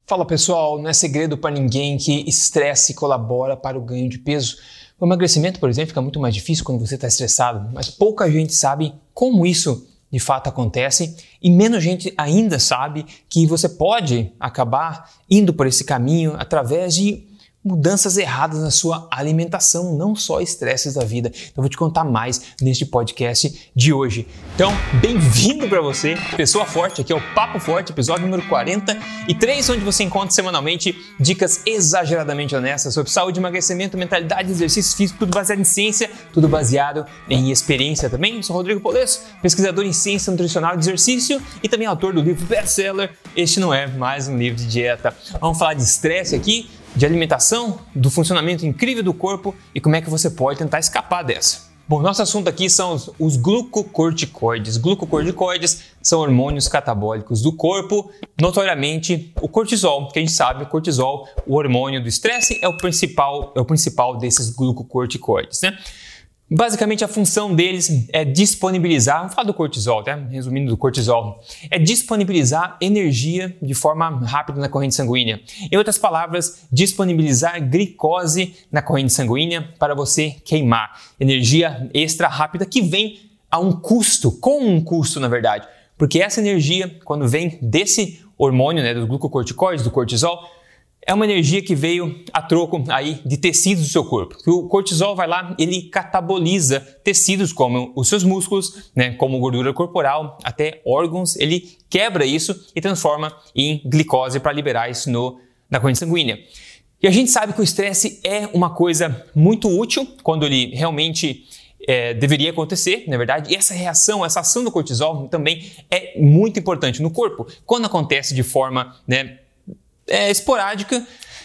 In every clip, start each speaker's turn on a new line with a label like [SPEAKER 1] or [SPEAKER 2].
[SPEAKER 1] Fala pessoal, não é segredo para ninguém que estresse colabora para o ganho de peso. O emagrecimento, por exemplo, fica muito mais difícil quando você está estressado, mas pouca gente sabe como isso de fato acontece e menos gente ainda sabe que você pode acabar indo por esse caminho através de mudanças erradas na sua alimentação, não só estresses da vida. Então eu vou te contar mais neste podcast de hoje. Então, bem-vindo para você, Pessoa Forte, aqui é o Papo Forte, episódio número 43, onde você encontra semanalmente dicas exageradamente honestas sobre saúde, emagrecimento, mentalidade, exercício físico, tudo baseado em ciência, tudo baseado em experiência também. Eu sou Rodrigo Polesso, pesquisador em ciência nutricional e de exercício e também autor do livro best-seller Este Não É Mais Um Livro de Dieta. Vamos falar de estresse aqui, de alimentação, do funcionamento incrível do corpo e como é que você pode tentar escapar dessa. Bom, nosso assunto aqui são os glucocorticoides. Glucocorticoides são hormônios catabólicos do corpo, notoriamente o cortisol, que a gente sabe, o cortisol, o hormônio do estresse, é o principal desses glucocorticoides, né? Basicamente, a função deles é disponibilizar, vamos falar do cortisol, tá? Resumindo do cortisol, é disponibilizar energia de forma rápida na corrente sanguínea. Em outras palavras, disponibilizar glicose na corrente sanguínea para você queimar. Energia extra rápida que vem a um custo, com um custo na verdade. Porque essa energia, quando vem desse hormônio, né, dos glucocorticoides, do cortisol, é uma energia que veio a troco aí de tecidos do seu corpo. O cortisol vai lá, ele cataboliza tecidos como os seus músculos, né, como gordura corporal, até órgãos, ele quebra isso e transforma em glicose para liberar isso na corrente sanguínea. E a gente sabe que o estresse é uma coisa muito útil quando ele realmente deveria acontecer, na verdade, e essa reação, essa ação do cortisol também é muito importante no corpo. Quando acontece de forma, né, esporádica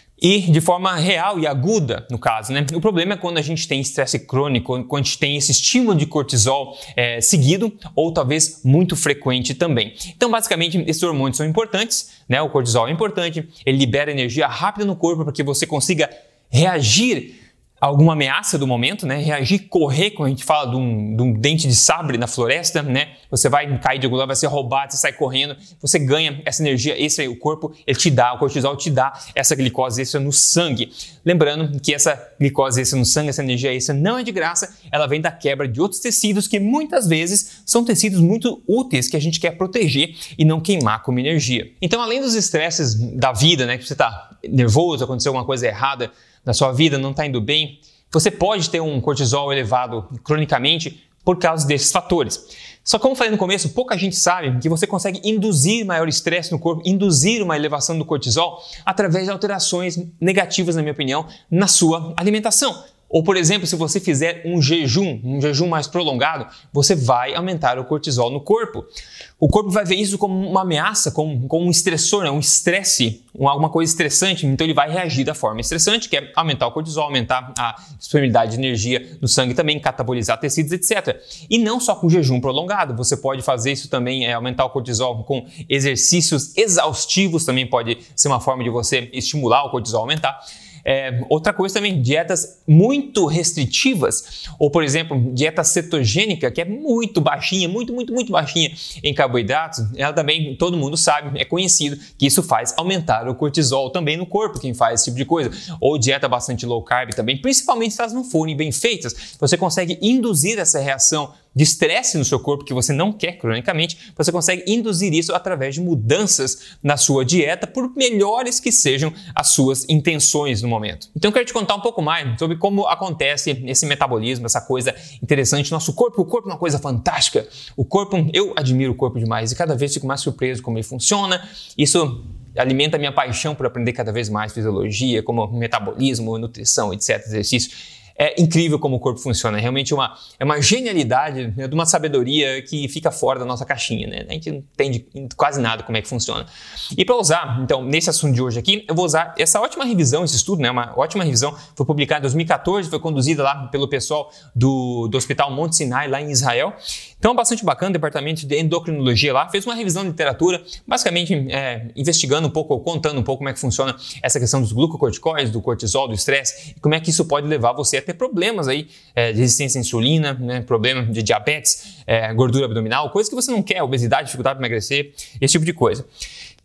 [SPEAKER 1] e de forma real e aguda, no caso, né? O problema é quando a gente tem estresse crônico, quando a gente tem esse estímulo de cortisol seguido ou talvez muito frequente também. Então, basicamente, esses hormônios são importantes, né? O cortisol é importante, ele libera energia rápida no corpo para que você consiga reagir a alguma ameaça do momento, né? Reagir, correr, quando a gente fala de um dente de sabre na floresta, né? Você vai cair de algum lado, vai ser roubado, você sai correndo, você ganha essa energia extra, o corpo, ele te dá, o cortisol te dá essa glicose extra no sangue. Lembrando que essa glicose extra no sangue, essa energia extra não é de graça, ela vem da quebra de outros tecidos que muitas vezes são tecidos muito úteis que a gente quer proteger e não queimar como energia. Então, além dos estresses da vida, né? Que você está nervoso, aconteceu alguma coisa errada na sua vida, não está indo bem, você pode ter um cortisol elevado cronicamente por causa desses fatores. Só que como eu falei no começo, pouca gente sabe que você consegue induzir maior estresse no corpo, induzir uma elevação do cortisol através de alterações negativas, na minha opinião, na sua alimentação. Ou, por exemplo, se você fizer um jejum mais prolongado, você vai aumentar o cortisol no corpo. O corpo vai ver isso como uma ameaça, como um estressor, né? Um estresse, alguma coisa estressante, então ele vai reagir da forma estressante, que é aumentar o cortisol, aumentar a disponibilidade de energia no sangue também, catabolizar tecidos, etc. E não só com jejum prolongado, você pode fazer isso também, aumentar o cortisol com exercícios exaustivos, também pode ser uma forma de você estimular o cortisol a aumentar. Outra coisa também, dietas muito restritivas, ou por exemplo, dieta cetogênica, que é muito baixinha, muito baixinha em carboidratos, ela também, todo mundo sabe, é conhecido que isso faz aumentar o cortisol também no corpo, quem faz esse tipo de coisa. Ou dieta bastante low carb também, principalmente se elas não forem bem feitas, você consegue induzir essa reação de estresse no seu corpo que você não quer cronicamente, você consegue induzir isso através de mudanças na sua dieta, por melhores que sejam as suas intenções no momento. Então eu quero te contar um pouco mais sobre como acontece esse metabolismo, essa coisa interessante. Nosso corpo, o corpo é uma coisa fantástica. O corpo, eu admiro o corpo demais e cada vez fico mais surpreso como ele funciona. Isso alimenta a minha paixão por aprender cada vez mais fisiologia, como metabolismo, nutrição, etc, exercício. É incrível como o corpo funciona, é realmente uma genialidade, né, de uma sabedoria que fica fora da nossa caixinha, né? A gente não entende quase nada como é que funciona. E para usar, então, nesse assunto de hoje aqui, eu vou usar essa ótima revisão, esse estudo, né, uma ótima revisão, foi publicada em 2014, foi conduzida lá pelo pessoal do Hospital Monte Sinai, lá em Israel. Então, bastante bacana, o departamento de endocrinologia lá fez uma revisão de literatura, basicamente investigando um pouco, ou contando um pouco como é que funciona essa questão dos glucocorticoides, do cortisol, do estresse, e como é que isso pode levar você a ter problemas aí, de resistência à insulina, né, problema de diabetes, gordura abdominal, coisas que você não quer, obesidade, dificuldade para emagrecer, esse tipo de coisa.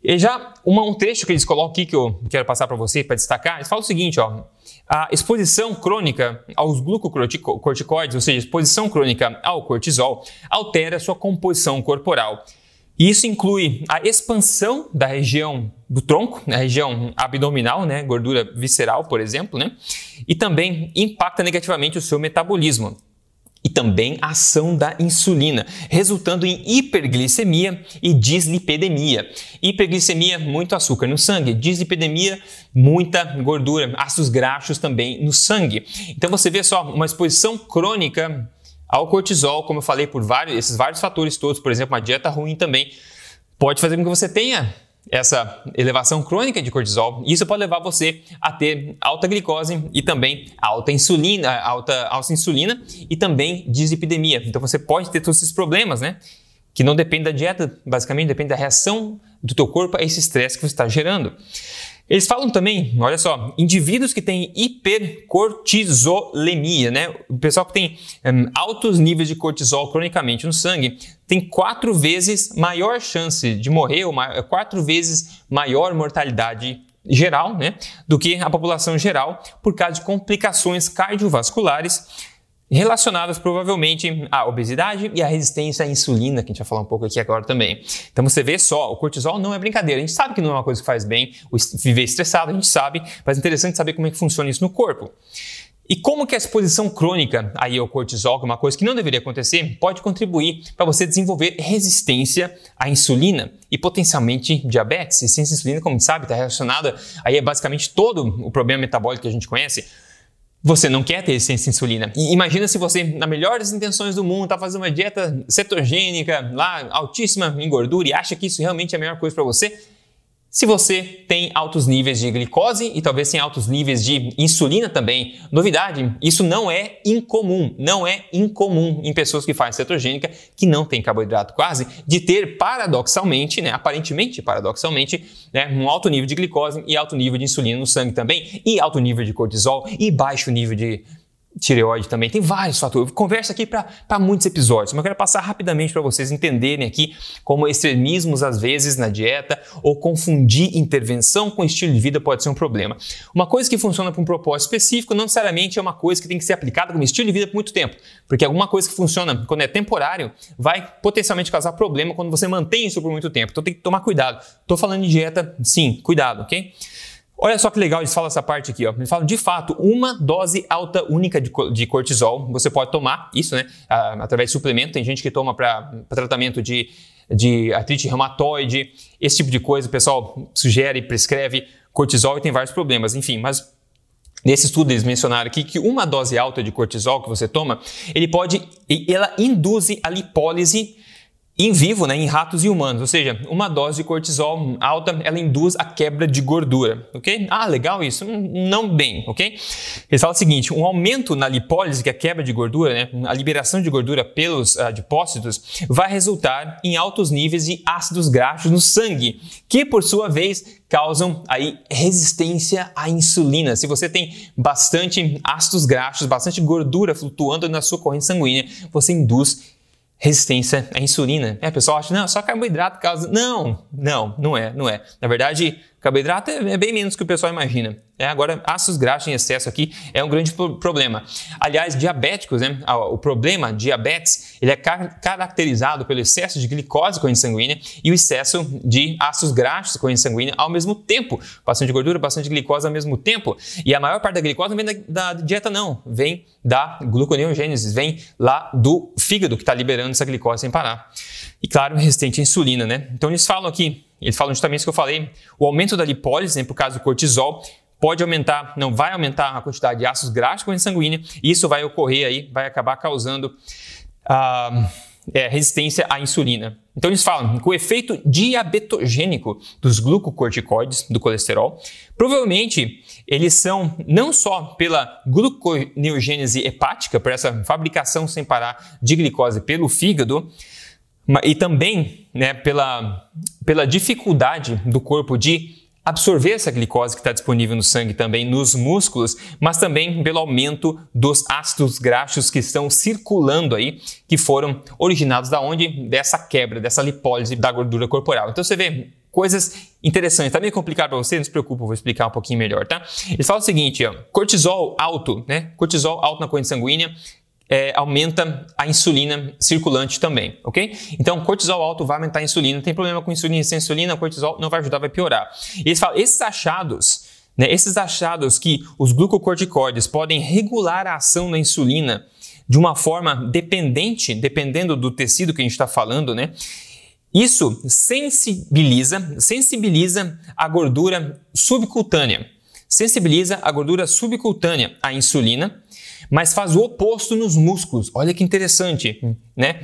[SPEAKER 1] E já um trecho que eles colocam aqui que eu quero passar para você para destacar, eles falam o seguinte, ó, a exposição crônica aos glucocorticoides, ou seja, exposição crônica ao cortisol, altera sua composição corporal. E isso inclui a expansão da região do tronco, a região abdominal, né, gordura visceral, por exemplo, né, e também impacta negativamente o seu metabolismo. E também a ação da insulina, resultando em hiperglicemia e dislipidemia. Hiperglicemia, muito açúcar no sangue. Dislipidemia, muita gordura, ácidos graxos também no sangue. Então você vê só uma exposição crônica ao cortisol, como eu falei, por esses vários fatores todos, por exemplo, uma dieta ruim também, pode fazer com que você tenha essa elevação crônica de cortisol. Isso pode levar você a ter alta glicose e também alta insulina e também dislipidemia. Então você pode ter todos esses problemas, né? Que não depende da dieta, basicamente depende da reação do teu corpo a esse estresse que você está gerando. Eles falam também, olha só, indivíduos que têm hipercortisolemia, né? O pessoal que tem altos níveis de cortisol cronicamente no sangue tem 4 vezes maior chance de morrer, ou 4 vezes maior mortalidade geral, né? Do que a população geral, por causa de complicações cardiovasculares relacionadas provavelmente à obesidade e à resistência à insulina, que a gente vai falar um pouco aqui agora também. Então você vê só, o cortisol não é brincadeira. A gente sabe que não é uma coisa que faz bem, viver estressado, a gente sabe, mas é interessante saber como é que funciona isso no corpo. E como que a exposição crônica aí ao cortisol, que é uma coisa que não deveria acontecer, pode contribuir para você desenvolver resistência à insulina e potencialmente diabetes. Resistência à insulina, como a gente sabe, está relacionada aí a basicamente todo o problema metabólico que a gente conhece. Você não quer ter resistência à insulina. E imagina se você, nas melhores intenções do mundo, está fazendo uma dieta cetogênica, lá, altíssima em gordura, e acha que isso realmente é a melhor coisa para você. Se você tem altos níveis de glicose e talvez tem altos níveis de insulina também, novidade, isso não é incomum em pessoas que fazem cetogênica, que não tem carboidrato quase, de ter paradoxalmente, né, aparentemente paradoxalmente, né, um alto nível de glicose e alto nível de insulina no sangue também, e alto nível de cortisol e baixo nível de tireoide também, tem vários fatores. Eu converso aqui para muitos episódios, mas eu quero passar rapidamente para vocês entenderem aqui como extremismos às vezes na dieta ou confundir intervenção com estilo de vida pode ser um problema. Uma coisa que funciona para um propósito específico não necessariamente é uma coisa que tem que ser aplicada como estilo de vida por muito tempo, porque alguma coisa que funciona quando é temporário vai potencialmente causar problema quando você mantém isso por muito tempo. Então tem que tomar cuidado. Estou falando de dieta, sim, cuidado, ok? Olha só que legal, eles falam essa parte aqui, ó. Eles falam, de fato, uma dose alta única de cortisol, você pode tomar isso, né, através de suplemento. Tem gente que toma para tratamento de artrite reumatoide, esse tipo de coisa. O pessoal sugere, prescreve cortisol e tem vários problemas, enfim, mas nesse estudo eles mencionaram aqui que uma dose alta de cortisol que você toma, ela induz a lipólise em vivo, né, em ratos e humanos, ou seja, uma dose de cortisol alta, ela induz a quebra de gordura, ok? Ah, legal isso? Não bem, ok? Eles falam o seguinte, um aumento na lipólise, que é a quebra de gordura, né, a liberação de gordura pelos adipócitos, vai resultar em altos níveis de ácidos graxos no sangue, que por sua vez causam aí resistência à insulina. Se você tem bastante ácidos graxos, bastante gordura flutuando na sua corrente sanguínea, você induz resistência à insulina. O pessoal acha, não, só carboidrato causa... Não é. Na verdade, carboidrato é bem menos que o pessoal imagina. Agora, ácidos graxos em excesso aqui é um grande problema. Aliás, diabéticos, né? O problema diabetes, ele é caracterizado pelo excesso de glicose na corrente sanguínea e o excesso de ácidos graxos na corrente sanguínea ao mesmo tempo. Bastante gordura, bastante glicose ao mesmo tempo. E a maior parte da glicose não vem da dieta, não. Vem da gluconeogênese, vem lá do fígado que está liberando essa glicose sem parar. E claro, resistente à insulina, né? Então eles falam justamente isso que eu falei, o aumento da lipólise, né, por causa do cortisol, vai aumentar a quantidade de ácidos graxos na corrente sanguínea, e isso vai ocorrer aí, vai acabar causando resistência à insulina. Então eles falam que o efeito diabetogênico dos glucocorticoides, do colesterol, provavelmente eles são não só pela gluconeogênese hepática, por essa fabricação sem parar de glicose pelo fígado, e também, né, pela dificuldade do corpo de absorver essa glicose que está disponível no sangue também nos músculos, mas também pelo aumento dos ácidos graxos que estão circulando aí, que foram originados da onde? Dessa quebra, dessa lipólise da gordura corporal. Então você vê coisas interessantes. Tá meio complicado para você? Não se preocupe, eu vou explicar um pouquinho melhor, tá? Eles falam o seguinte, ó, cortisol alto, né? Cortisol alto na corrente sanguínea aumenta a insulina circulante também, ok? Então, cortisol alto vai aumentar a insulina. Não tem problema com insulina e sem insulina, cortisol não vai ajudar, vai piorar. E eles falam, esses achados que os glucocorticoides podem regular a ação da insulina de uma forma dependendo do tecido que a gente está falando, né? Isso sensibiliza a gordura subcutânea. Sensibiliza a gordura subcutânea à insulina, mas faz o oposto nos músculos. Olha que interessante, né?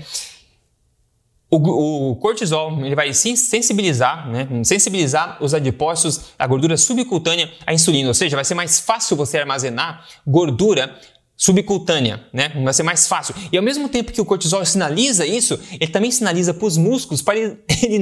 [SPEAKER 1] O cortisol ele vai sensibilizar os adipócitos, a gordura subcutânea à insulina, ou seja, vai ser mais fácil você armazenar gordura subcutânea, né? Vai ser mais fácil. E ao mesmo tempo que o cortisol sinaliza isso, ele também sinaliza para os músculos para ele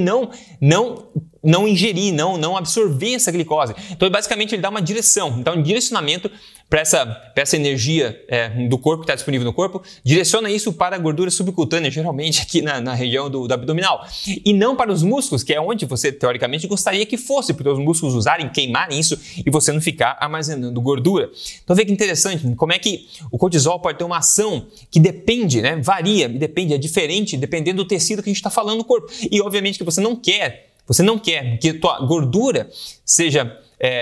[SPEAKER 1] não ingerir, não absorver essa glicose. Então, basicamente, ele dá uma direção, dá um direcionamento para essa energia do corpo que está disponível no corpo, direciona isso para a gordura subcutânea, geralmente aqui na região do abdominal, e não para os músculos, que é onde você, teoricamente, gostaria que fosse, porque os músculos queimarem isso e você não ficar armazenando gordura. Então, vê que interessante, como é que o cortisol pode ter uma ação que depende, né, varia, depende, é diferente, dependendo do tecido que a gente está falando no corpo. E, obviamente, que você não quer que a tua gordura seja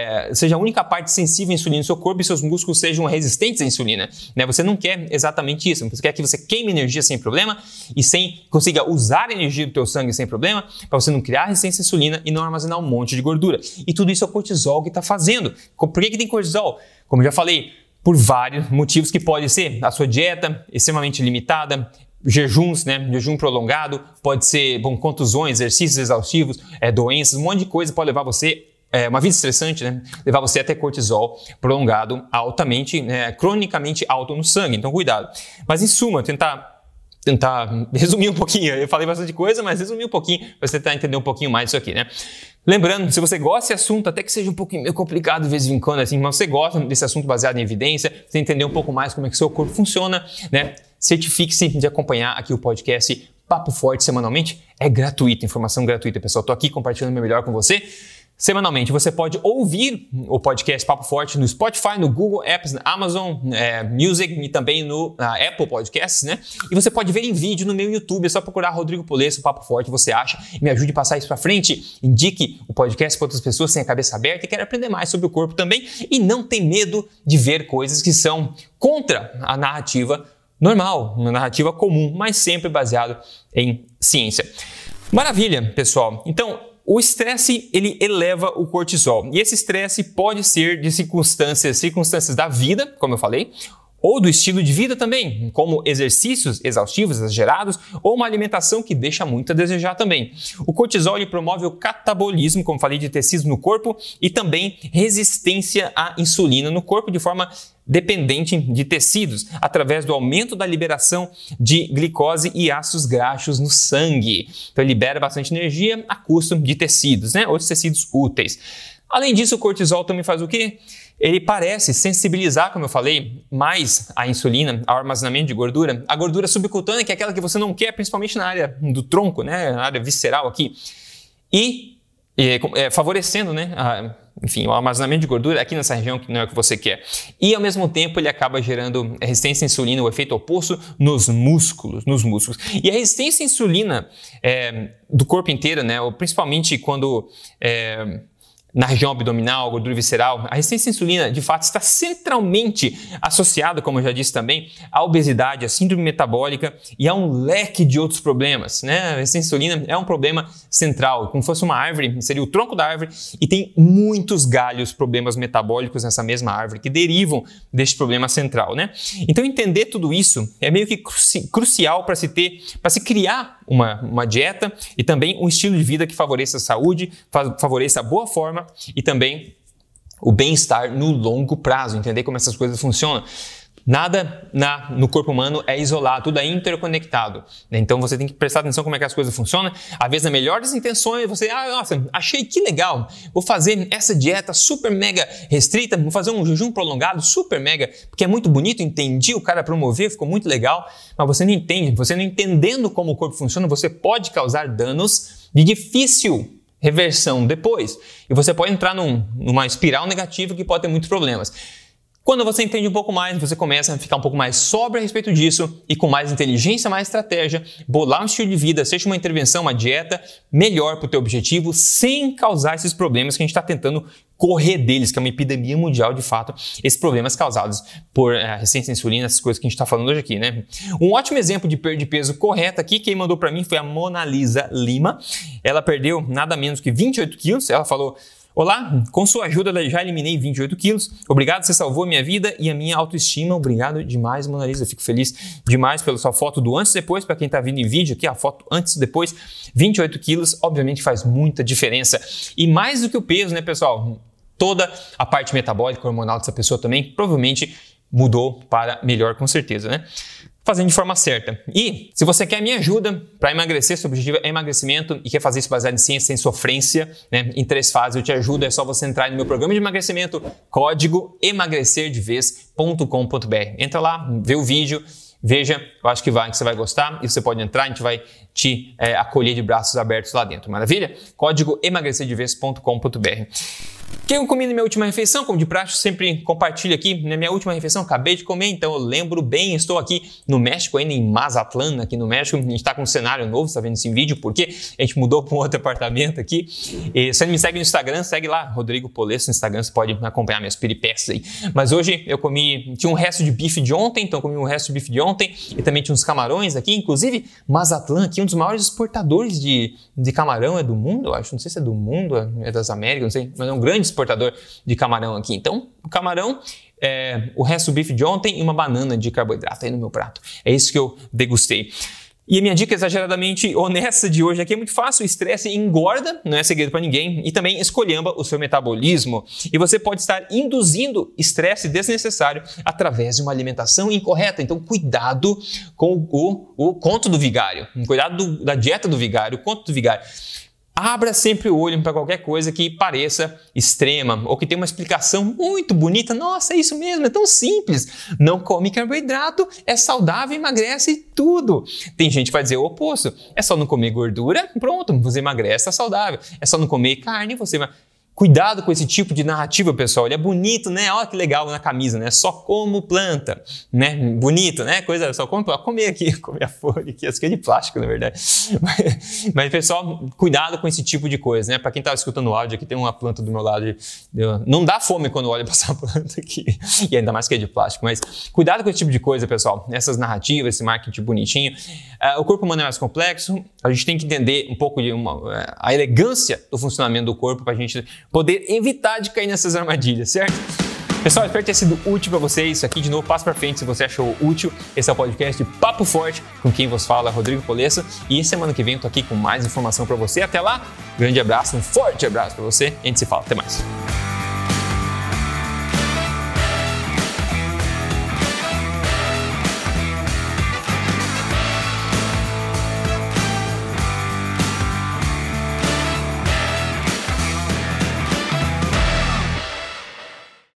[SPEAKER 1] a única parte sensível à insulina no seu corpo e seus músculos sejam resistentes à insulina, né? Você não quer exatamente isso. Você quer que você queime energia sem problema e consiga usar a energia do teu sangue sem problema para você não criar resistência à insulina e não armazenar um monte de gordura. E tudo isso é o cortisol que está fazendo. Por que tem cortisol? Como eu já falei, por vários motivos que pode ser a sua dieta extremamente limitada, jejuns, né? Jejum prolongado, pode ser contusões, exercícios exaustivos, doenças, um monte de coisa pode levar você uma vida estressante, né? Levar você a ter cortisol prolongado altamente, cronicamente alto no sangue. Então, cuidado. Mas, em suma, tentar resumir um pouquinho. Eu falei bastante coisa, mas resumir um pouquinho para você tentar entender um pouquinho mais disso aqui, né? Lembrando, se você gosta desse assunto, até que seja um pouquinho meio complicado de vez em quando, assim, mas você gosta desse assunto baseado em evidência, você entender um pouco mais como é que o seu corpo funciona, né? Certifique-se de acompanhar aqui o podcast Papo Forte semanalmente. É gratuito, informação gratuita, pessoal. Estou aqui compartilhando o meu melhor com você. Semanalmente, você pode ouvir o podcast Papo Forte no Spotify, no Google Apps, na Amazon Music e também no Apple Podcasts, né? E você pode ver em vídeo no meu YouTube, é só procurar Rodrigo Polesso, Papo Forte, você acha. Me ajude a passar isso para frente, indique o podcast para outras pessoas sem a cabeça aberta e querem aprender mais sobre o corpo também e não tem medo de ver coisas que são contra a narrativa normal, uma narrativa comum, mas sempre baseado em ciência. Maravilha, pessoal. Então, o estresse, ele eleva o cortisol. E esse estresse pode ser de circunstâncias da vida, como eu falei, ou do estilo de vida também, como exercícios exaustivos, exagerados, ou uma alimentação que deixa muito a desejar também. O cortisol ele promove o catabolismo, como falei, de tecidos no corpo e também resistência à insulina no corpo de forma dependente de tecidos, através do aumento da liberação de glicose e ácidos graxos no sangue. Então ele libera bastante energia a custo de tecidos, né? Outros tecidos úteis. Além disso, o cortisol também faz o quê? Ele parece sensibilizar, como eu falei, mais a insulina, ao armazenamento de gordura, a gordura subcutânea, que é aquela que você não quer, principalmente na área do tronco, né? Na área visceral aqui. E favorecendo, né? O armazenamento de gordura aqui nessa região que não é o que você quer. E, ao mesmo tempo, ele acaba gerando resistência à insulina, o efeito oposto nos músculos. E a resistência à insulina do corpo inteiro, né? Principalmente quando na região abdominal, gordura visceral, a resistência à insulina, de fato, está centralmente associada, como eu já disse também, à obesidade, à síndrome metabólica e a um leque de outros problemas, né? A resistência à insulina é um problema central, como se fosse uma árvore, seria o tronco da árvore, e tem muitos galhos, problemas metabólicos nessa mesma árvore que derivam deste problema central, né? Então, entender tudo isso é meio que crucial para se criar uma dieta e também um estilo de vida que favoreça a saúde, favoreça a boa forma e também o bem-estar no longo prazo, entender como essas coisas funcionam. Nada no corpo humano é isolado, tudo é interconectado. Então você tem que prestar atenção como é que as coisas funcionam. Às vezes, na melhor das intenções, você, nossa, achei que legal, vou fazer essa dieta super mega restrita, vou fazer um jejum prolongado super mega, porque é muito bonito, entendi, o cara promoveu, ficou muito legal, mas você não entendendo como o corpo funciona, você pode causar danos de difícil reversão depois. E você pode entrar numa espiral negativa que pode ter muitos problemas. Quando você entende um pouco mais, você começa a ficar um pouco mais sóbrio a respeito disso e com mais inteligência, mais estratégia, bolar um estilo de vida, seja uma intervenção, uma dieta melhor para o teu objetivo, sem causar esses problemas que a gente está tentando correr deles, que é uma epidemia mundial de fato, esses problemas causados por resistência à insulina, essas coisas que a gente está falando hoje aqui, né? Um ótimo exemplo de perda de peso correta aqui, quem mandou para mim foi a Mona Lisa Lima. Ela perdeu nada menos que 28 quilos, ela falou: olá, com sua ajuda eu já eliminei 28 quilos. Obrigado, você salvou a minha vida e a minha autoestima. Obrigado demais, Mona Lisa. Eu fico feliz demais pela sua foto do antes e depois. Para quem está vindo em vídeo aqui, a foto antes e depois. 28 quilos, obviamente faz muita diferença. E mais do que o peso, né, pessoal? Toda a parte metabólica, hormonal dessa pessoa também provavelmente mudou para melhor, com certeza, né? Fazendo de forma certa. E se você quer minha ajuda para emagrecer, seu objetivo é emagrecimento e quer fazer isso baseado em ciência, sem sofrência, né? Em 3 fases, eu te ajudo, é só você entrar no meu programa de emagrecimento, código emagrecerdevez.com.br. Entra lá, vê o vídeo, veja, eu acho que você vai gostar e você pode entrar, a gente vai te acolher de braços abertos lá dentro, maravilha? Código emagrecerdevez.com.br. O que eu comi na minha última refeição, como de praxe, sempre compartilho aqui. Na minha última refeição, acabei de comer, então eu lembro bem. Estou aqui no México, ainda em Mazatlán, aqui no México. A gente está com um cenário novo, você está vendo esse vídeo, porque a gente mudou para um outro apartamento aqui. E se você me segue no Instagram, segue lá, Rodrigo Polesso no Instagram, você pode acompanhar minhas peripécias aí. Mas hoje eu tinha um resto de bife de ontem, então eu comi um resto de bife de ontem e também tinha uns camarões aqui. Inclusive, Mazatlán aqui, um dos maiores exportadores de camarão do mundo, eu acho. Não sei se é do mundo, é das Américas, não sei, mas é um grande exportador de camarão aqui. Então, o camarão, o resto do bife de ontem e uma banana de carboidrato aí no meu prato. É isso que eu degustei. E a minha dica exageradamente honesta de hoje aqui é muito fácil. O estresse engorda, não é segredo para ninguém, e também escolhamba o seu metabolismo. E você pode estar induzindo estresse desnecessário através de uma alimentação incorreta. Então, cuidado com o conto do vigário. Cuidado da dieta do vigário, o conto do vigário. Abra sempre o olho para qualquer coisa que pareça extrema ou que tenha uma explicação muito bonita. Nossa, é isso mesmo, é tão simples. Não come carboidrato, é saudável, emagrece tudo. Tem gente que vai dizer o oposto. É só não comer gordura, pronto, você emagrece, tá saudável. É só não comer carne, você... Cuidado com esse tipo de narrativa, pessoal. Ele é bonito, né? Olha que legal na camisa, né? Só como planta, né? Bonito, né? Coisa, só como planta. Comer aqui, comer a folha aqui. Essa aqui é de plástico, na verdade. Mas, pessoal, cuidado com esse tipo de coisa, né? Para quem estava escutando o áudio aqui, tem uma planta do meu lado. Não dá fome quando olha para essa planta aqui. E ainda mais que é de plástico. Mas cuidado com esse tipo de coisa, pessoal. Essas narrativas, esse marketing bonitinho. O corpo humano é mais complexo. A gente tem que entender um pouco a elegância do funcionamento do corpo para a gente poder evitar de cair nessas armadilhas, certo? Pessoal, espero ter sido útil para vocês. Isso aqui, de novo, passa para frente se você achou útil. Esse é o podcast Papo Forte, com quem vos fala, Rodrigo Polesso. E semana que vem eu tô aqui com mais informação para você. Até lá, grande abraço, um forte abraço para você. A gente se fala. Até mais.